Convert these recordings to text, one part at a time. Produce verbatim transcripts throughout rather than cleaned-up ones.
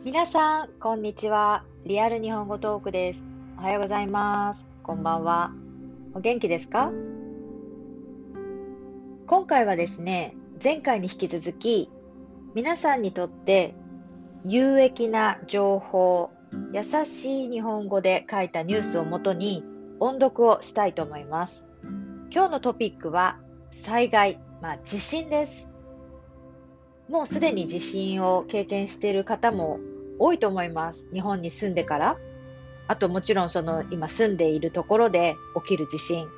皆さん、こんにちは。リアル日本語トークです。おはようございます。こんばんは。お元気ですか？今回はですね、前回に引き続き、皆さんにとって有益な情報、優しい日本語で書いたニュースをもとに音読をしたいと思います。今日のトピックは災害、まあ地震です。もうすでに地震を経験している方も多いと思います。日本に住んでから。あともちろんその今住んでいるところで起きる地震。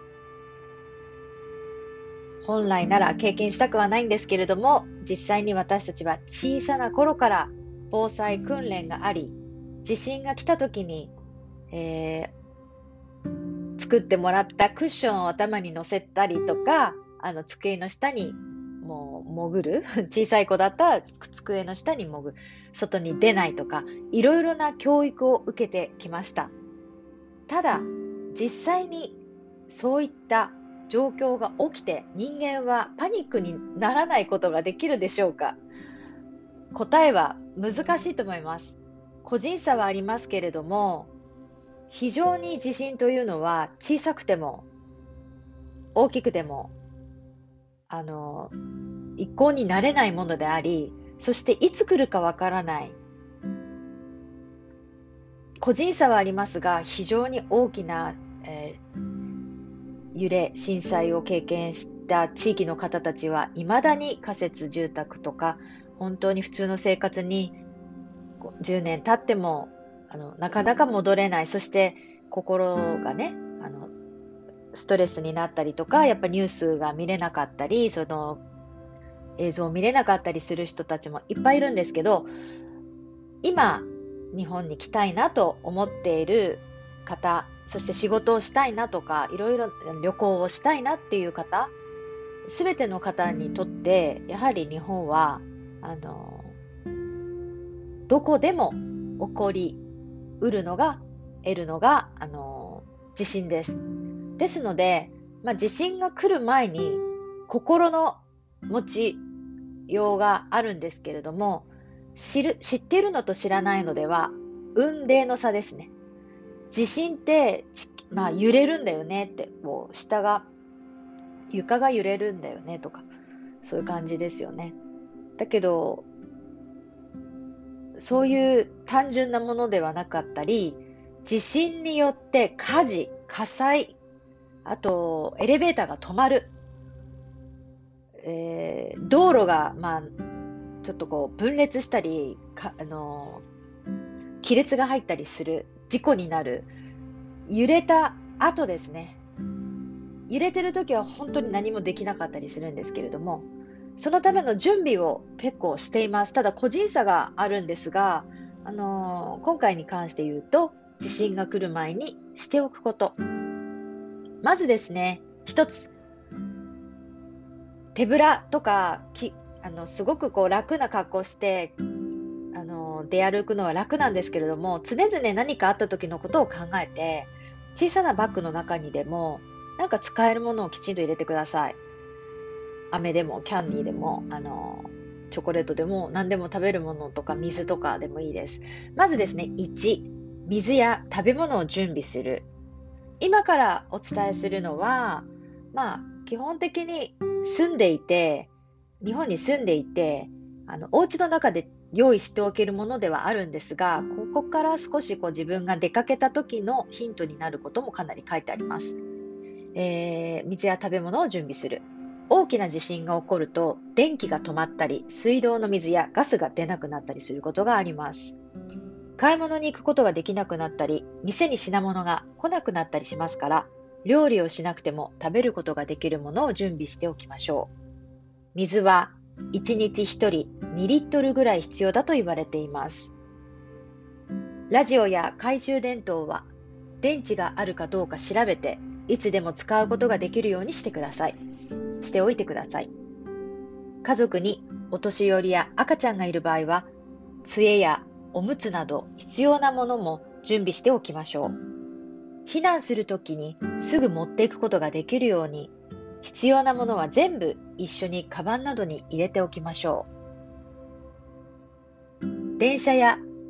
本来なら経験したくはないんですけれども、実際に私たちは小さな頃から防災訓練があり、地震が来た時に、えー作ってもらったクッションを頭に乗せたりとか、あの机の下にもう潜る小さい子だったら机の下に潜る、外に出ないとか、いろいろな教育を受けてきました。ただ、実際にそういった状況が起きて人間はパニックにならないことができるでしょうか？答えは難しいと思います。個人差はありますけれども、非常に地震というのは小さくても大きくても、あの、一向になれないものであり、そしていつ来るかわからない。個人差はありますが、非常に大きな、えー揺れ、震災を経験した地域の方たちは、未だに仮設住宅とか、本当に普通の生活にこうじゅうねん経っても、あの、なかなか戻れない。そして心がね、あの、ストレスになったりとか、やっぱニュースが見れなかったり、その映像を見れなかったりする人たちもいっぱいいるんですけど、今、日本に来たいなと思っている方、そして仕事をしたいなとか、いろいろ旅行をしたいなっていう方、すべての方にとって、やはり日本は、あの、どこでも起こりうるのが、得るのが、あの、地震です。ですので、まあ、地震が来る前に、心の持ちようがあるんですけれども、知る、知っているのと知らないのでは、雲泥の差ですね。地震って、まあ揺れるんだよねって、こう下が、床が揺れるんだよねとか、そういう感じですよね。だけど、そういう単純なものではなかったり、地震によって火事、火災、あとエレベーターが止まる、えー道路が、まあ、ちょっとこう分裂したり、かあの亀裂が入ったりする、事故になる、揺れた後ですね。揺れてる時は本当に何もできなかったりするんですけれども、そのための準備を結構しています。ただ個人差があるんですが、あのー今回に関して言うと、地震が来る前にしておくこと。まずですね、一つ、手ぶらとか、きあのすごくこう楽な格好して、あの出歩くのは楽なんですけれども、常々何かあった時のことを考えて、小さなバッグの中にでも、なんか使えるものをきちんと入れてください。飴でも、キャンディーでも、あの、チョコレートでも、何でも食べるものとか水とかでもいいです。まずですね、いち、水や食べ物を準備する。今からお伝えするのは、まあ、基本的に住んでいて、日本に住んでいて、あの、お家の中で用意しておけるものではあるんですが、ここから少しこう自分が出かけた時のヒントになることもかなり書いてあります。えー水や食べ物を準備する。大きな地震が起こると、電気が止まったり、水道の水やガスが出なくなったりすることがあります。買い物に行くことができなくなったり、店に品物が来なくなったりしますから、料理をしなくても食べることができるものを準備しておきましょう。水はいちにちひとりにリットルぐらい必要だと言われています。ラジオや懐中電灯は電池があるかどうか調べて、いつでも使うことができるようにしてください。しておいてください。家族にお年寄りや赤ちゃんがいる場合は、杖やおむつなど必要なものも準備しておきましょう。避難するときにすぐ持っていくことができるように、必要なものは全部一緒にカバンなどに入れておきましょう。電車や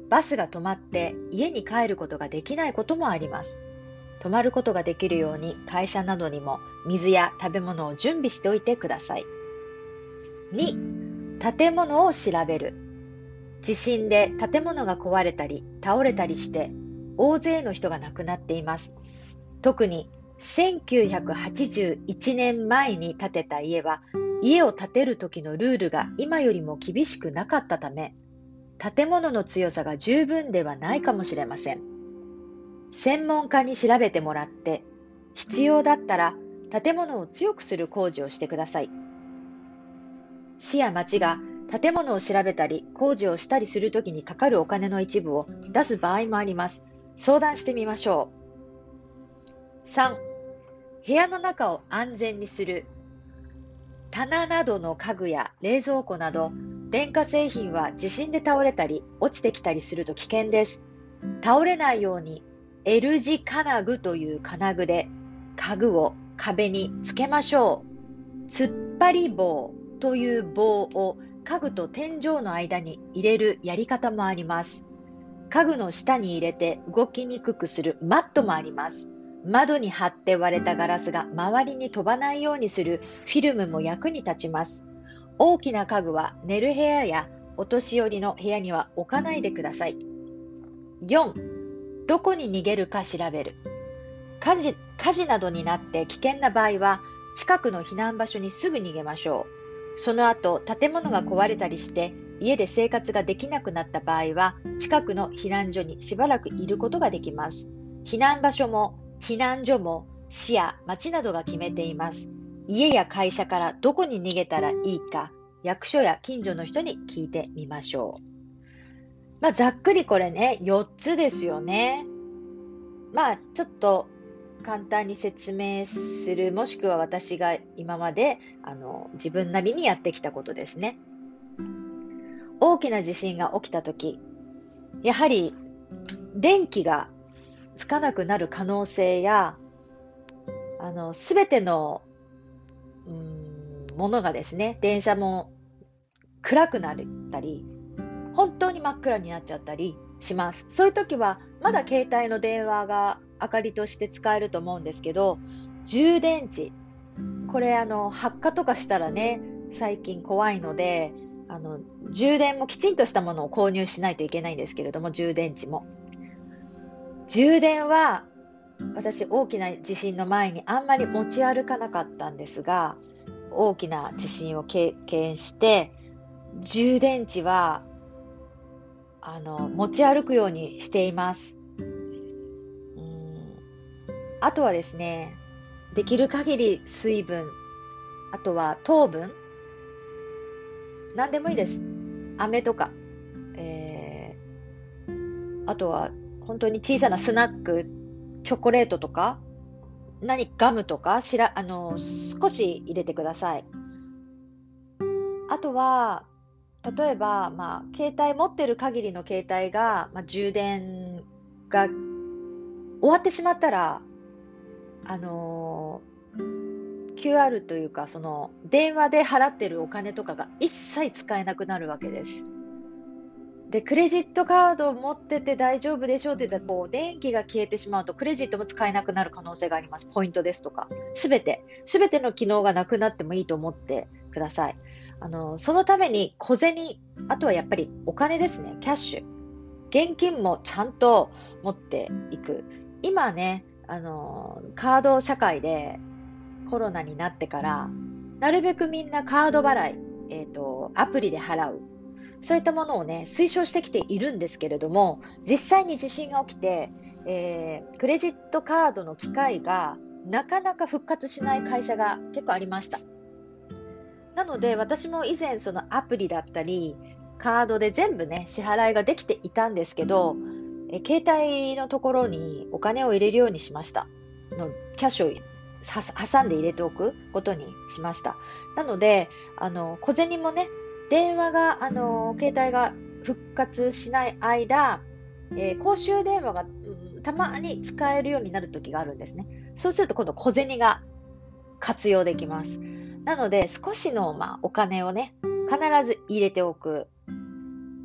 バスが止まって家に帰ることができないこともあります。泊まることができるように会社などにも水や食べ物を準備しておいてください。に、建物を調べる。地震で建物が壊れたり倒れたりして大勢の人が亡くなっています。特にせんきゅうひゃくはちじゅういちねんまえに建てた家は家を建てる時のルールが今よりも厳しくなかったため、建物の強さが十分ではないかもしれません。専門家に調べてもらって、必要だったら建物を強くする工事をしてください。市や町が建物を調べたり工事をしたりするときにかかるお金の一部を出す場合もあります。相談してみましょう。さん、部屋の中を安全にする。棚などの家具や冷蔵庫など電化製品は地震で倒れたり落ちてきたりすると危険です。倒れないように L 字金具という金具で家具を壁につけましょう。突っ張り棒という棒を家具と天井の間に入れるやり方もあります。家具の下に入れて動きにくくするマットもあります。窓に貼って割れたガラスが周りに飛ばないようにするフィルムも役に立ちます。大きな家具は寝る部屋やお年寄りの部屋には置かないでください。よん、どこに逃げるか調べる。火事、火事などになって危険な場合は近くの避難場所にすぐ逃げましょう。その後、建物が壊れたりして家で生活ができなくなった場合は近くの避難所にしばらくいることができます。避難場所も避難所も市や町などが決めています。家や会社からどこに逃げたらいいか、役所や近所の人に聞いてみましょう。まあ、ざっくりこれね、よっつですよね。まあ、ちょっと簡単に説明する、もしくは私が今まであの自分なりにやってきたことですね。大きな地震が起きたとき、やはり電気がつかなくなる可能性や、あの、すべての、うーん、ものがですね、電車も暗くなったり、本当に真っ暗になっちゃったりします。そういう時は、まだ携帯の電話が明かりとして使えると思うんですけど、充電池、これあの、発火とかしたらね、最近怖いので、あの、充電もきちんとしたものを購入しないといけないんですけれども、充電池も。充電は私大きな地震の前にあんまり持ち歩かなかったんですが、大きな地震を経験して充電池はあの持ち歩くようにしています。うーんあとはですね、できる限り水分、あとは糖分、何でもいいです。飴とか、えーあとは本当に小さなスナック、チョコレートとか、何、ガムとか、しら、あの、少し入れてください。あとは、例えば、まあ、携帯持ってる限りの携帯が、まあ、充電が終わってしまったら、あのー キューアール というか、その、電話で払ってるお金とかが一切使えなくなるわけです。で、クレジットカードを持ってて大丈夫でしょうって言ったら、こう、電気が消えてしまうと、クレジットも使えなくなる可能性があります。ポイントですとか。すべて、すべての機能がなくなってもいいと思ってください。あの、そのために小銭、あとはやっぱりお金ですね。キャッシュ。現金もちゃんと持っていく。今ね、あの、カード社会でコロナになってから、なるべくみんなカード払い、えっと、アプリで払う。そういったものをね、推奨してきているんですけれども、実際に地震が起きて、えークレジットカードの機械がなかなか復活しない会社が結構ありました。なので、私も以前そのアプリだったり、カードで全部ね、支払いができていたんですけど、え携帯のところにお金を入れるようにしました。のキャッシュをさ挟んで入れておくことにしました。なので、あの、小銭もね、電話が、あの、携帯が復活しない間、えー公衆電話が、うんたまに使えるようになる時があるんですね。そうすると今度小銭が活用できます。なので少しの、まあ、お金をね、必ず入れておく。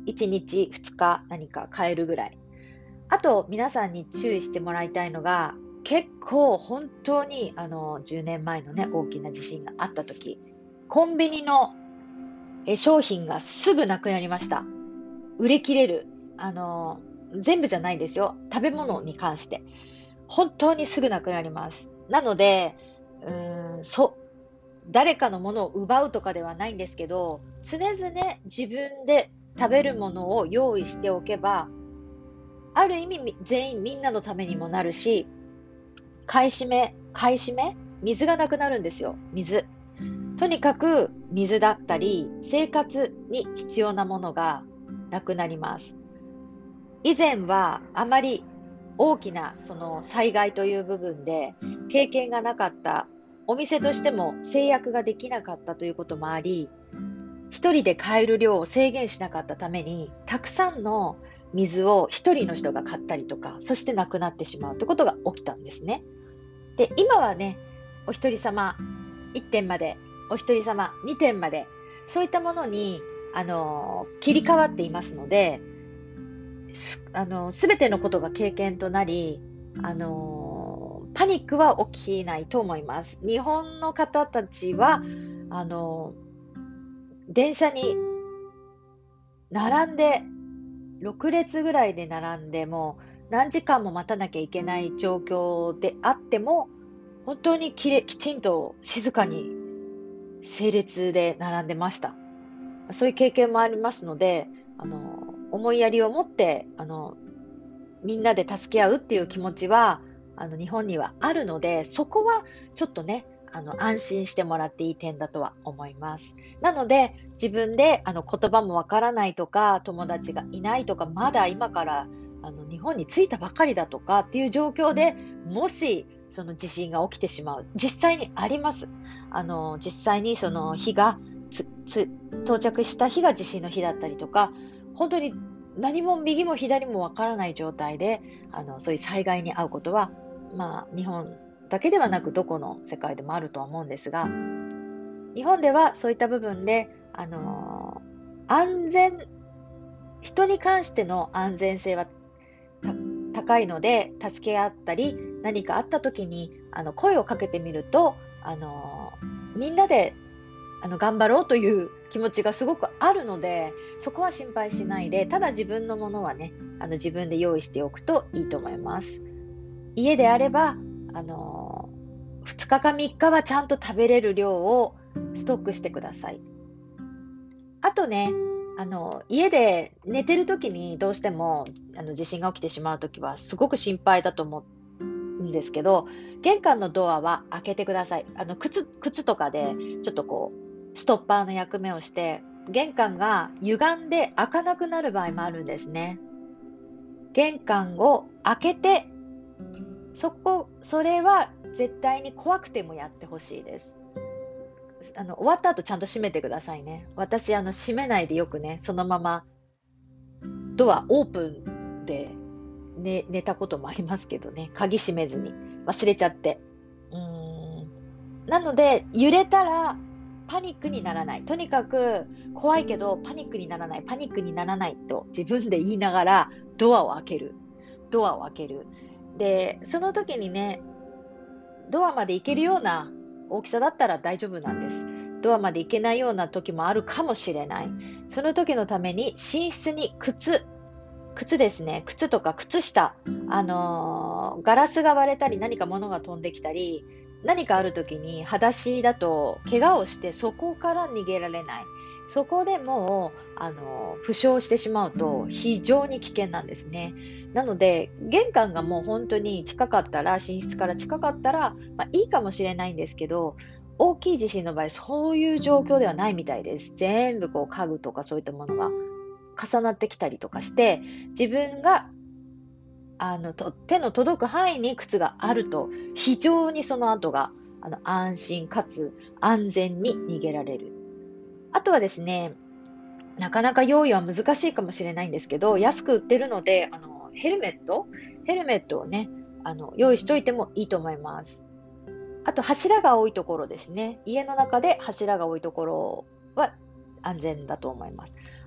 いちにちふつか何か変えるぐらい。あと皆さんに注意してもらいたいのが、結構本当にあのじゅうねんまえのね、大きな地震があった時、コンビニのえ商品がすぐなくなりました。売れ切れる。あの、全部じゃないですよ。食べ物に関して。本当にすぐなくなります。なので、うーん、そ、誰かのものを奪うとかではないんですけど、常々自分で食べるものを用意しておけば、ある意味み全員みんなのためにもなるし、買い占め、買い占め水がなくなるんですよ。水。とにかく水だったり、生活に必要なものがなくなります。以前はあまり大きなその災害という部分で経験がなかった、お店としても制約ができなかったということもあり、一人で買える量を制限しなかったために、たくさんの水を一人の人が買ったりとか、そしてなくなってしまうということが起きたんですね。で、今はね、お一人様いってんまで、お一人様にてんまで、そういったものに、あの、切り替わっていますので、すあの、すべてのことが経験となり、あの、パニックは起きないと思います。日本の方たちは、あの、電車に並んで、ろく列ぐらいで並んで、もう何時間も待たなきゃいけない状況であっても、本当にきれきちんと静かに整列で並んでました。そういう経験もありますので、あの、思いやりを持って、あの、みんなで助け合うっていう気持ちは、あの、日本にはあるので、そこはちょっとね、あの、安心してもらっていい点だとは思います。なので、自分で、あの、言葉もわからないとか、友達がいないとか、まだ今から、あの、日本に着いたばかりだとかっていう状況で、もし、その地震が起きてしまう。実際にあります。あの、実際にその日がつ、つ、到着した日が地震の日だったりとか、本当に何も右も左もわからない状態で、あの、そういう災害に遭うことは、まあ、日本だけではなく、どこの世界でもあるとは思うんですが、日本ではそういった部分で、あの安全、人に関しての安全性はた高いので、助け合ったり、何かあった時に、あの、声をかけてみると、あのみんなであの頑張ろうという気持ちがすごくあるので、そこは心配しないで、ただ自分のものはね、あの自分で用意しておくといいと思います。家であれば、あのふつかかみっかはちゃんと食べれる量をストックしてください。あとね、あの家で寝てる時にどうしてもあの地震が起きてしまう時はすごく心配だと思うんですけど、玄関のドアは開けてください。あの靴、靴とかでちょっとこうストッパーの役目をして、玄関が歪んで開かなくなる場合もあるんですね。玄関を開けて、そこ、それは絶対に怖くてもやってほしいです。あの終わった後ちゃんと閉めてくださいね。私、あの閉めないでよくね、そのままドアオープンで、ね、寝たこともありますけどね、鍵閉めずに忘れちゃって。うーんなので、揺れたらパニックにならない。とにかく怖いけどパニックにならない、パニックにならないと自分で言いながらドアを開ける。ドアを開ける。で、その時にね、ドアまで行けるような大きさだったら大丈夫なんです。ドアまで行けないような時もあるかもしれない。その時のために寝室に靴、靴ですね。靴とか靴下、あのーガラスが割れたり何か物が飛んできたり、何かある時に裸足だと怪我をしてそこから逃げられない。そこでもう、あのー負傷してしまうと非常に危険なんですね。なので、玄関がもう本当に近かったら、寝室から近かったら、まあ、いいかもしれないんですけど、大きい地震の場合、そういう状況ではないみたいです。全部こう家具とかそういったものが重なってきたりとかして、自分があのと手の届く範囲に靴があると、非常にその後があの安心かつ安全に逃げられる。あとはですね、なかなか用意は難しいかもしれないんですけど、安く売ってるので、あのヘルメットヘルメットをね、あの用意しといてもいいと思います。あと柱が多いところですね。家の中で柱が多いところは安全だと思います。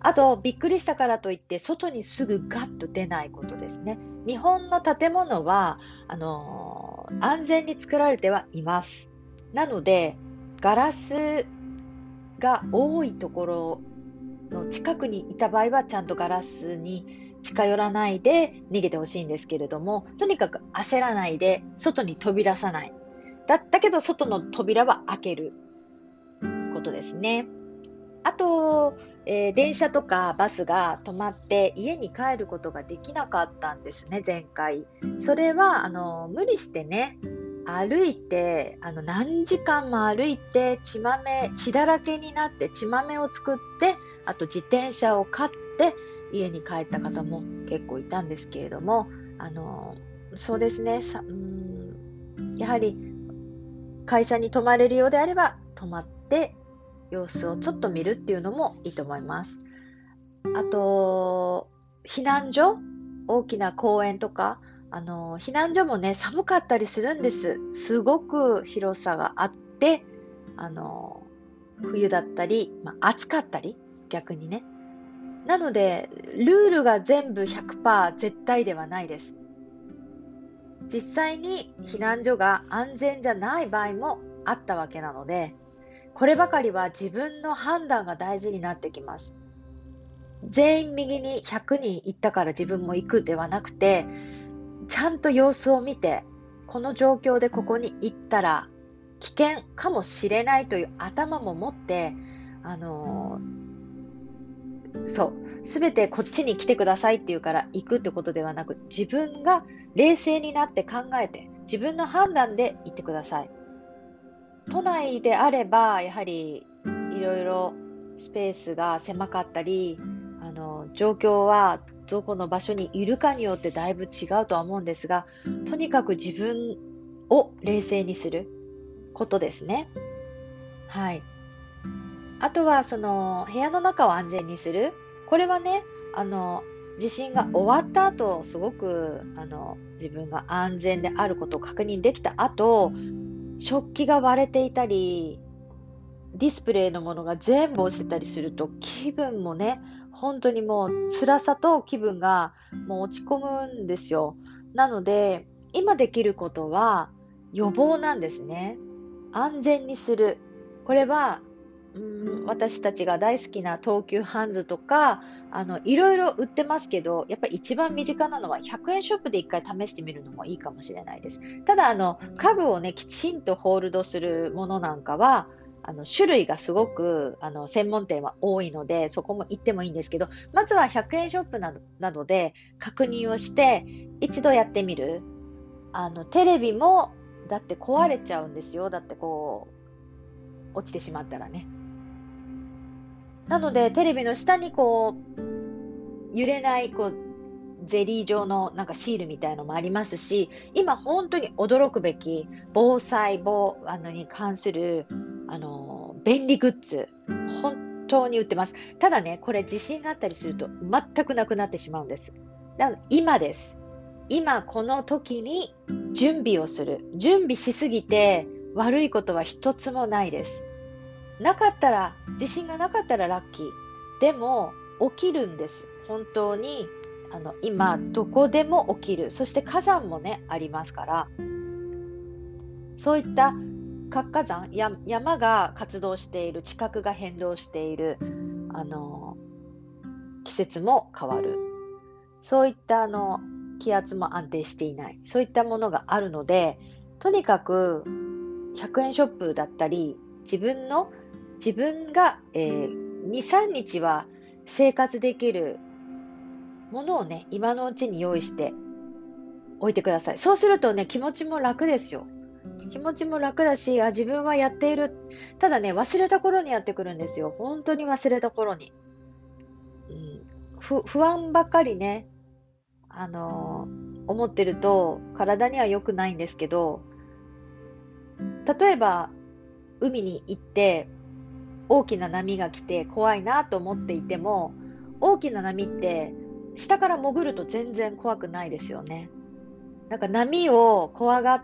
あと、びっくりしたからといって、外にすぐガッと出ないことですね。日本の建物は、あのー安全に作られてはいます。なので、ガラスが多いところの近くにいた場合は、ちゃんとガラスに近寄らないで逃げてほしいんですけれども、とにかく焦らないで、外に飛び出さない。だったけど、外の扉は開けることですね。あと、えー電車とかバスが止まって家に帰ることができなかったんですね、前回。それは、あの、無理してね、歩いて、あの、何時間も歩いて、血まめ、血だらけになって血まめを作って、あと自転車を買って家に帰った方も結構いたんですけれども、あの、そうですね、さ、うーん、やはり会社に泊まれるようであれば、泊まって様子をちょっと見るっていうのもいいと思います。あと、避難所、大きな公園とか、あの、避難所もね、寒かったりするんです。すごく広さがあって、あの、冬だったり、まあ、暑かったり、逆にね。なので、ルールが全部ひゃくパーセント絶対ではないです。実際に避難所が安全じゃない場合もあったわけなので、こればかりは自分の判断が大事になってきます。全員右にひゃくにん行ったから自分も行くではなくて、ちゃんと様子を見て、この状況でここに行ったら危険かもしれないという頭も持って、あのーそう、すべてこっちに来てくださいっていうから行くってことではなく、自分が冷静になって考えて、自分の判断で行ってください。都内であれば、やはりいろいろスペースが狭かったり、あの、状況はどこの場所にいるかによってだいぶ違うとは思うんですが、とにかく自分を冷静にすることですね。はい。あとは、その、部屋の中を安全にする。これはね、あの、地震が終わった後、すごく、あの、自分が安全であることを確認できた後、食器が割れていたり、ディスプレイのものが全部落ちてたりすると、気分もね、本当にもう辛さと気分がもう落ち込むんですよ。なので、今できることは予防なんですね。安全にする。これは、うーん、私たちが大好きな東急ハンズとか、あの、いろいろ売ってますけど、やっぱり一番身近なのはひゃくえんショップで一回試してみるのもいいかもしれないです。ただ、あの、家具をね、きちんとホールドするものなんかは、あの、種類がすごく、あの、専門店は多いので、そこも行ってもいいんですけど、まずはひゃくえんショップなど、などで確認をして、一度やってみる。あの、テレビも、だって壊れちゃうんですよ。だってこう、落ちてしまったらね。なので、テレビの下にこう、揺れない、こう、ゼリー状のなんかシールみたいのもありますし、今本当に驚くべき防災防あのに関するあの便利グッズ、本当に売ってます。ただね、これ地震があったりすると全くなくなってしまうんです。だから今です。今この時に準備をする。準備しすぎて悪いことは一つもないです。なかったら、地震がなかったらラッキー。でも、起きるんです。本当に、あの、今、どこでも起きる。そして火山もね、ありますから、そういった活火山、や山が活動している、地殻が変動している、あの、季節も変わる。そういったあの、気圧も安定していない。そういったものがあるので、とにかくひゃくえんショップだったり、自分の、自分が、えー、に、さんにちは生活できるものをね、今のうちに用意しておいてください。そうするとね、気持ちも楽ですよ。気持ちも楽だし、あ、自分はやっている。ただね、忘れた頃にやってくるんですよ。本当に忘れた頃に。うん、不、不安ばっかりね、あのー思ってると体には良くないんですけど、例えば海に行って大きな波が来て怖いなと思っていても、大きな波って下から潜ると全然怖くないですよね。なんか波を怖がって、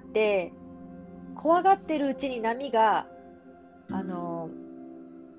怖がってるうちに波が、あの、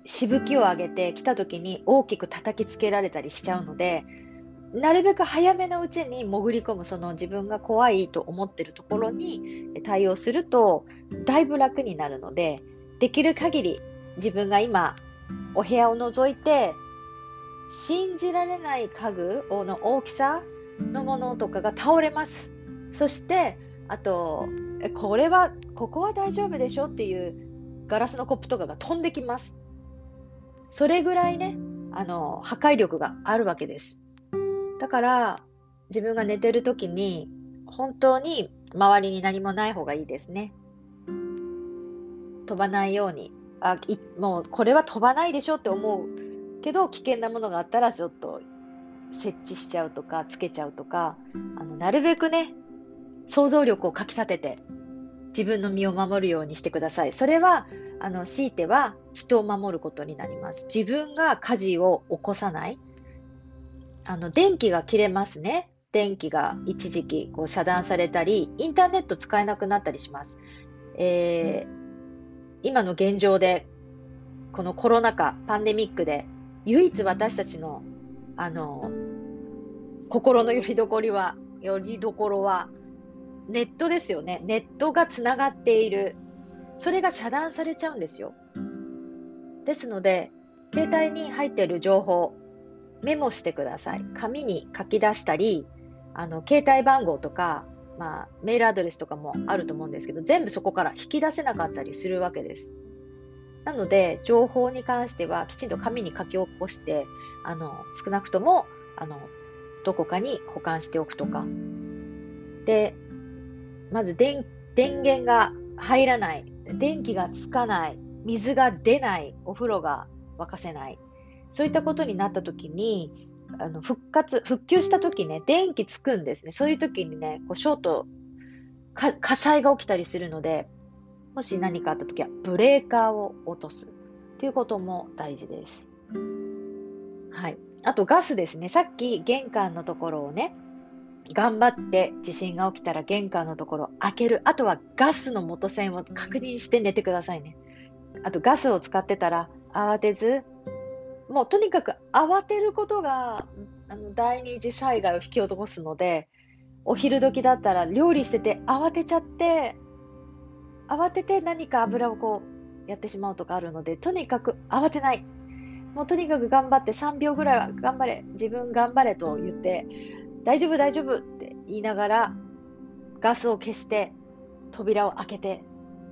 しぶきを上げて来た時に大きく叩きつけられたりしちゃうので、なるべく早めのうちに潜り込む、その自分が怖いと思っているところに対応するとだいぶ楽になるので、できる限り自分が今お部屋を覗いて信じられない家具の大きさのものとかが倒れます。そしてあとえこれはここは大丈夫でしょっていうガラスのコップとかが飛んできます。それぐらいね、あの破壊力があるわけです。だから自分が寝てる時に本当に周りに何もない方がいいですね。飛ばないように、あいもうこれは飛ばないでしょって思うけど、危険なものがあったらちょっと設置しちゃうとかつけちゃうとか、あのなるべくね、想像力をかき立てて自分の身を守るようにしてください。それはあの強いては人を守ることになります。自分が火事を起こさない。あの電気が切れますね。電気が一時期こう遮断されたり、インターネット使えなくなったりします。えー今の現状でこのコロナ禍、パンデミックで唯一私たちのあの心の拠り所は、拠り所はネットですよね。ネットがつながっている。それが遮断されちゃうんですよ。ですので、携帯に入っている情報、メモしてください。紙に書き出したり、あの携帯番号とか、まあ、メールアドレスとかもあると思うんですけど、全部そこから引き出せなかったりするわけです。なので、情報に関してはきちんと紙に書き起こして、あの少なくともあのどこかに保管しておくとか。で、まず電、電源が入らない、電気がつかない、水が出ない、お風呂が沸かせない。そういったことになった時に、あの復活、復旧した時ね、電気つくんですね。そういう時にね、こうショート、か火災が起きたりするので、もし何かあった時はブレーカーを落とすということも大事です。はい。あとガスですね。さっき玄関のところをね、頑張って地震が起きたら玄関のところを開ける。あとはガスの元栓を確認して寝てくださいね。あとガスを使ってたら慌てず、もうとにかく慌てることがあの第二次災害を引き起こすので、お昼時だったら料理してて慌てちゃって、慌てて何か油をこうやってしまうとかあるので、とにかく慌てない。もうとにかく頑張ってさんびょうぐらいは頑張れ、自分頑張れと言って、大丈夫大丈夫って言いながらガスを消して扉を開けて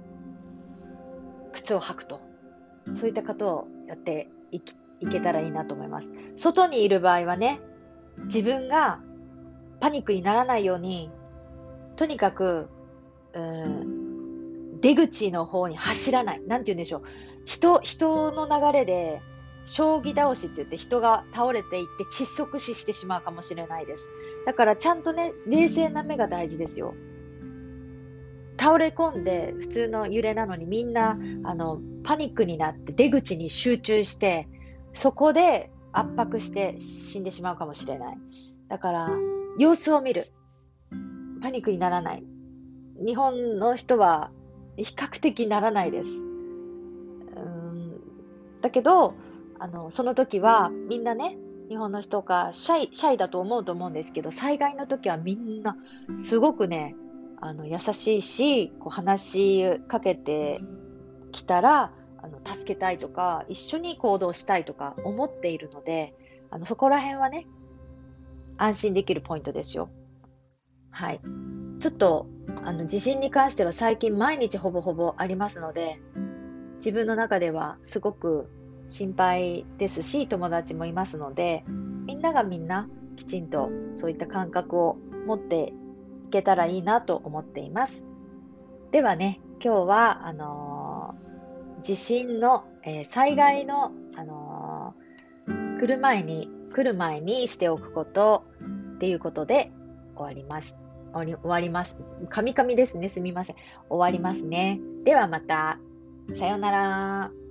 靴を履くと、そういったことをやっていきいけたらいいなと思います。外にいる場合はね、自分がパニックにならないように、とにかく、うーん、出口の方に走らない。なんて言うんでしょう。人、人の流れで、将棋倒しって言って人が倒れていって窒息死してしまうかもしれないです。だからちゃんとね、冷静な目が大事ですよ。倒れ込んで普通の揺れなのにみんなあのパニックになって出口に集中して、そこで圧迫して死んでしまうかもしれない。だから様子を見る。パニックにならない。日本の人は比較的ならないです。うーんだけどあのその時はみんなね、日本の人がシャイ、シャイだと思うと思うんですけど、災害の時はみんなすごくね、あの優しいし、こう話しかけてきたらあの助けたいとか一緒に行動したいとか思っているので、あのそこら辺はね、安心できるポイントですよ。はい。ちょっとあの地震に関しては最近毎日ほぼほぼありますので、自分の中ではすごく心配ですし、友達もいますので、みんながみんなきちんとそういった感覚を持っていけたらいいなと思っています。ではね、今日はあのー地震の、えー災害の、あのー来る前に来る前にしておくことっていうことで終わります。終わり、終わります。カミカミですね。すみません。終わりますね。ではまた。さようなら。